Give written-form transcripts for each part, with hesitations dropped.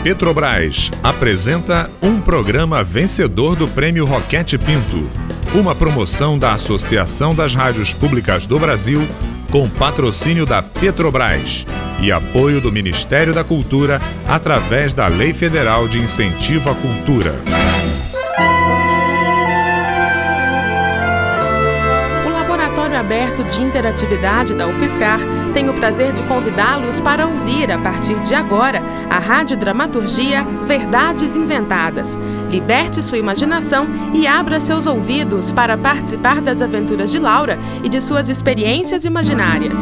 Petrobras apresenta um programa vencedor do Prêmio Roquete Pinto, uma promoção da Associação das Rádios Públicas do Brasil, com patrocínio da Petrobras e apoio do Ministério da Cultura através da Lei Federal de Incentivo à Cultura. O Laboratório Aberto de Interatividade da UFSCar tem o prazer de convidá-los para ouvir, a partir de agora, a radiodramaturgia Verdades Inventadas. Liberte sua imaginação e abra seus ouvidos para participar das aventuras de Laura e de suas experiências imaginárias.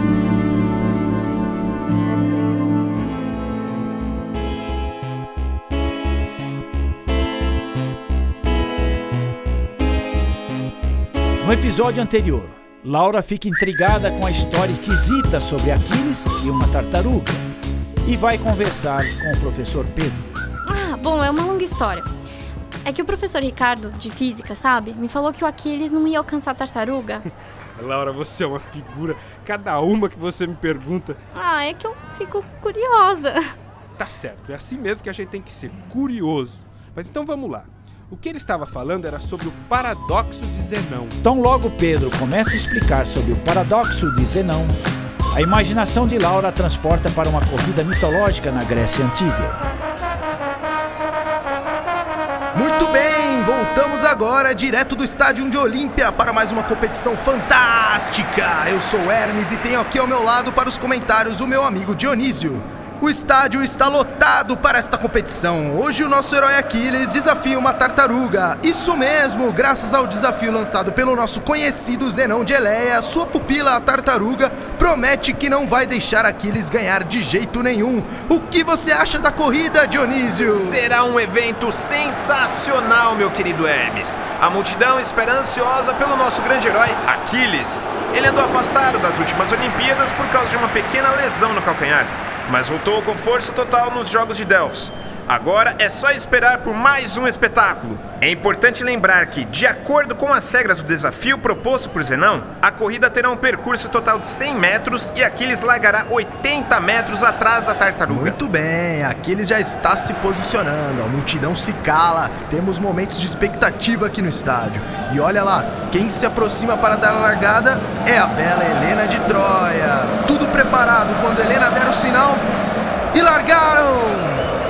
No episódio anterior, Laura fica intrigada com a história esquisita sobre Aquiles e uma tartaruga e vai conversar com o professor Pedro. Bom, é uma longa história. É que o professor Ricardo, de física, sabe, me falou que o Aquiles não ia alcançar a tartaruga. Laura, você é uma figura. Cada uma que você me pergunta. É que eu fico curiosa. Tá certo, é assim mesmo que a gente tem que ser, curioso. Mas então vamos lá. O que ele estava falando era sobre o paradoxo de Zenão. Então logo Pedro começa a explicar sobre o paradoxo de Zenão. A imaginação de Laura a transporta para uma corrida mitológica na Grécia Antiga. Muito bem, voltamos agora direto do estádio de Olímpia para mais uma competição fantástica. Eu sou Hermes e tenho aqui ao meu lado para os comentários o meu amigo Dionísio. O estádio está lotado para esta competição. Hoje o nosso herói Aquiles desafia uma tartaruga. Isso mesmo, graças ao desafio lançado pelo nosso conhecido Zenão de Eleia, sua pupila, a tartaruga, promete que não vai deixar Aquiles ganhar de jeito nenhum. O que você acha da corrida, Dionísio? Será um evento sensacional, meu querido Hermes. A multidão espera ansiosa pelo nosso grande herói, Aquiles. Ele andou afastado das últimas Olimpíadas por causa de uma pequena lesão no calcanhar, mas voltou com força total nos Jogos de Delfos. Agora é só esperar por mais um espetáculo. É importante lembrar que, de acordo com as regras do desafio proposto por Zenão, a corrida terá um percurso total de 100 metros e Aquiles largará 80 metros atrás da tartaruga. Muito bem, Aquiles já está se posicionando, a multidão se cala, temos momentos de expectativa aqui no estádio. E olha lá, quem se aproxima para dar a largada é a bela Helena de Troia. Tudo preparado quando Helena der o sinal e largaram!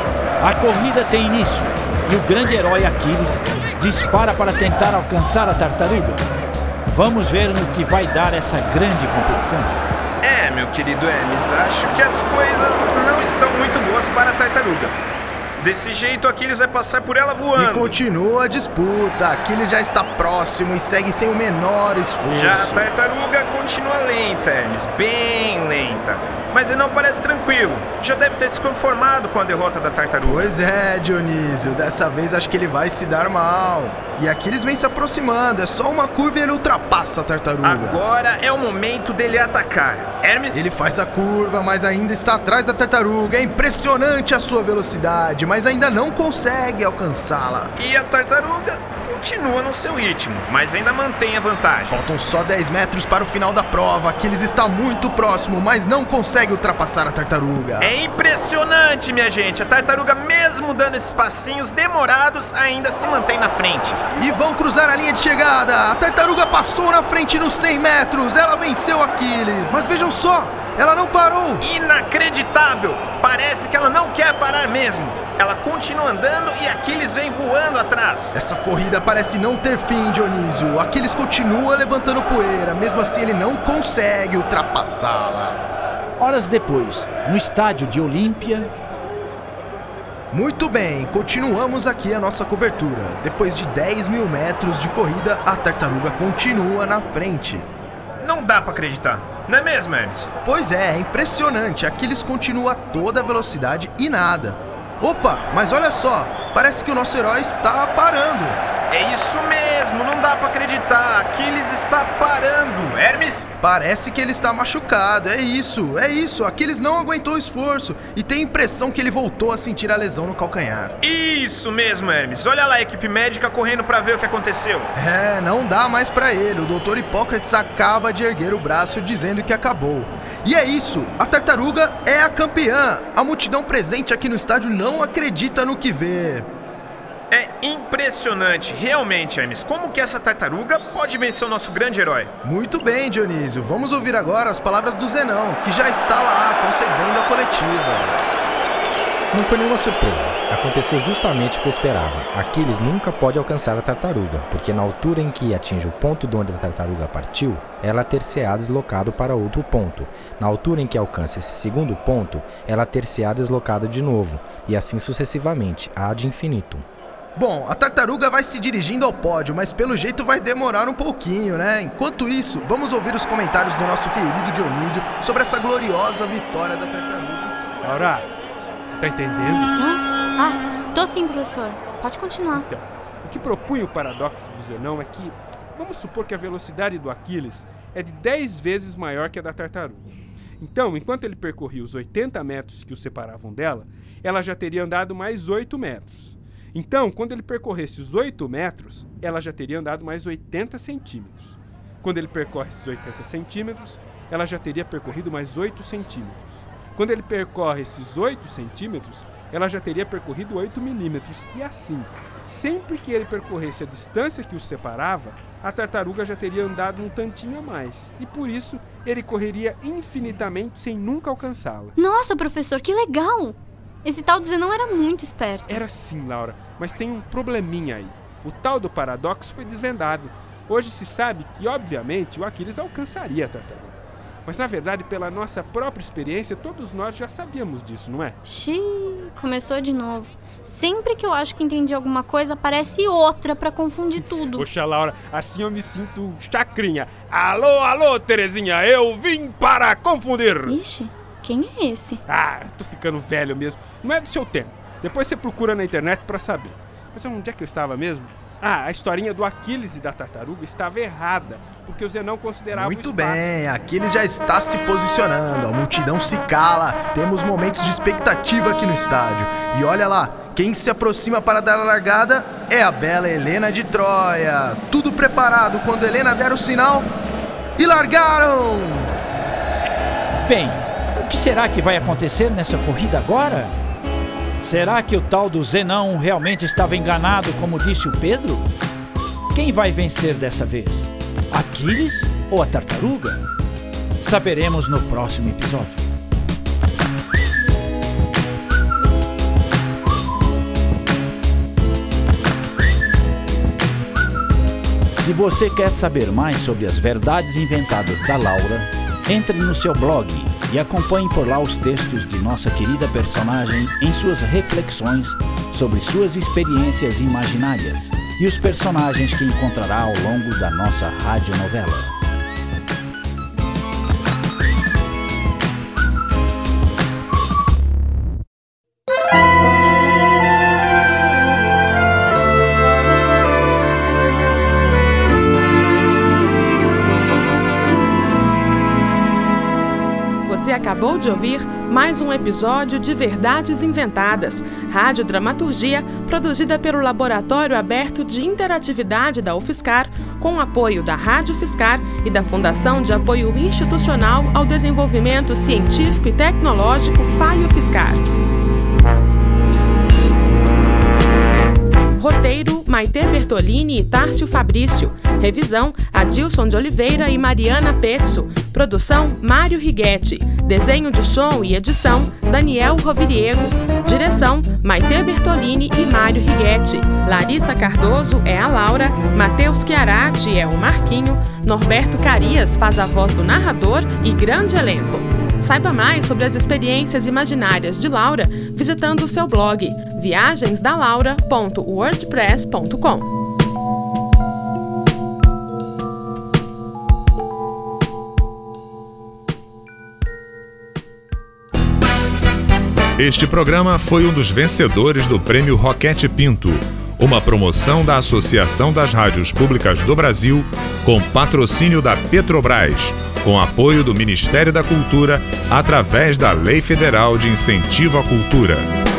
A corrida tem início e o grande herói Aquiles dispara para tentar alcançar a tartaruga. Vamos ver no que vai dar essa grande competição. Meu querido Hermes, acho que as coisas não estão muito boas para a tartaruga. Desse jeito, Aquiles vai passar por ela voando. E continua a disputa. Aquiles já está próximo e segue sem o menor esforço. Já a tartaruga continua lenta, Hermes, bem lenta. Mas ele não parece tranquilo. Já deve ter se conformado com a derrota da tartaruga. Pois é, Dionísio. Dessa vez acho que ele vai se dar mal. E Aquiles vem se aproximando. É só uma curva e ele ultrapassa a tartaruga. Agora é o momento dele atacar. Hermes? Ele faz a curva, mas ainda está atrás da tartaruga. É impressionante a sua velocidade, mas ainda não consegue alcançá-la. E a tartaruga continua no seu ritmo, mas ainda mantém a vantagem. Faltam só 10 metros para o final da prova. Aquiles está muito próximo, mas não consegue ultrapassar a tartaruga. É impressionante, minha gente. A tartaruga, mesmo dando esses passinhos demorados, ainda se mantém na frente. E vão cruzar a linha de chegada. A tartaruga passou na frente nos 100 metros. Ela venceu Aquiles. Mas vejam só, ela não parou. Inacreditável. Parece que ela não quer parar mesmo. Ela continua andando e Aquiles vem voando atrás. Essa corrida parece não ter fim, Dionísio. Aquiles continua levantando poeira. Mesmo assim, ele não consegue ultrapassá-la. Horas depois, no estádio de Olímpia... Muito bem, continuamos aqui a nossa cobertura. Depois de 10 mil metros de corrida, a tartaruga continua na frente. Não dá pra acreditar, não é mesmo, Hermes? Pois é impressionante. Aquiles continua a toda velocidade e nada. Opa, mas olha só, parece que o nosso herói está parando. É isso mesmo, não dá pra acreditar. Aquiles está parando. Hermes? Parece que ele está machucado, é isso. Aquiles não aguentou o esforço e tem a impressão que ele voltou a sentir a lesão no calcanhar. Isso mesmo, Hermes. Olha lá a equipe médica correndo pra ver o que aconteceu. Não dá mais pra ele. O Dr. Hipócrates acaba de erguer o braço dizendo que acabou. E é isso, a tartaruga é a campeã. A multidão presente aqui no estádio não acredita no que vê. É impressionante, realmente, Hermes. Como que essa tartaruga pode vencer o nosso grande herói? Muito bem, Dionísio. Vamos ouvir agora as palavras do Zenão, que já está lá concedendo a coletiva. Não foi nenhuma surpresa. Aconteceu justamente o que eu esperava. Aquiles nunca pode alcançar a tartaruga, porque na altura em que atinge o ponto de onde a tartaruga partiu, ela ter-se-á deslocado para outro ponto. Na altura em que alcança esse segundo ponto, ela ter-se-á deslocado de novo, e assim sucessivamente, ad infinitum. Bom, a tartaruga vai se dirigindo ao pódio, mas pelo jeito vai demorar um pouquinho, né? Enquanto isso, vamos ouvir os comentários do nosso querido Dionísio sobre essa gloriosa vitória da tartaruga. Laura, você tá entendendo? Tô sim, professor. Pode continuar. Então, o que propunha o paradoxo do Zenão é que, vamos supor que a velocidade do Aquiles é de 10 vezes maior que a da tartaruga. Então, enquanto ele percorria os 80 metros que o separavam dela, ela já teria andado mais 8 metros. Então, quando ele percorresse os 8 metros, ela já teria andado mais 80 centímetros. Quando ele percorre esses 80 centímetros, ela já teria percorrido mais 8 centímetros. Quando ele percorre esses 8 centímetros, ela já teria percorrido 8 milímetros. E assim, sempre que ele percorresse a distância que os separava, a tartaruga já teria andado um tantinho a mais. E por isso, ele correria infinitamente sem nunca alcançá-la. Nossa, professor, que legal! Esse tal de Zenão era muito esperto. Era sim, Laura, mas tem um probleminha aí. O tal do paradoxo foi desvendado. Hoje se sabe que, obviamente, o Aquiles alcançaria a tartaruga. Mas, na verdade, pela nossa própria experiência, todos nós já sabíamos disso, não é? Xiii, começou de novo. Sempre que eu acho que entendi alguma coisa, aparece outra pra confundir tudo. Poxa, Laura, assim eu me sinto chacrinha. Alô, Terezinha, eu vim para confundir. Ixi, quem é esse? Tô ficando velho mesmo. Não é do seu tempo. Depois você procura na internet pra saber. Mas onde é que eu estava mesmo? A historinha do Aquiles e da tartaruga estava errada, porque o Zenão considerava o espaço. Muito bem, Aquiles já está se posicionando, a multidão se cala, temos momentos de expectativa aqui no estádio. E olha lá, quem se aproxima para dar a largada é a bela Helena de Troia. Tudo preparado quando Helena der o sinal e largaram! Bem, o que será que vai acontecer nessa corrida agora? Será que o tal do Zenão realmente estava enganado, como disse o Pedro? Quem vai vencer dessa vez? Aquiles ou a tartaruga? Saberemos no próximo episódio. Se você quer saber mais sobre as verdades inventadas da Laura, entre no seu blog e acompanhe por lá os textos de nossa querida personagem em suas reflexões sobre suas experiências imaginárias e os personagens que encontrará ao longo da nossa radionovela. Você acabou de ouvir mais um episódio de Verdades Inventadas, radiodramaturgia produzida pelo Laboratório Aberto de Interatividade da UFSCar, com o apoio da Rádio UFSCar e da Fundação de Apoio Institucional ao Desenvolvimento Científico e Tecnológico FAI-UFSCar. Roteiro, Maitê Bertolini e Tárcio Fabrício. Revisão, Adilson de Oliveira e Mariana Pezzo. Produção, Mário Righetti. Desenho de som e edição, Daniel Roviriego. Direção, Maitê Bertolini e Mário Righetti. Larissa Cardoso é a Laura. Matheus Chiarati é o Marquinho. Norberto Carias faz a voz do narrador e grande elenco. Saiba mais sobre as experiências imaginárias de Laura visitando o seu blog viagensdalaura.wordpress.com. Este programa foi um dos vencedores do Prêmio Roquete Pinto, Uma promoção da Associação das Rádios Públicas do Brasil, com patrocínio da Petrobras, com apoio do Ministério da Cultura, através da Lei Federal de Incentivo à Cultura.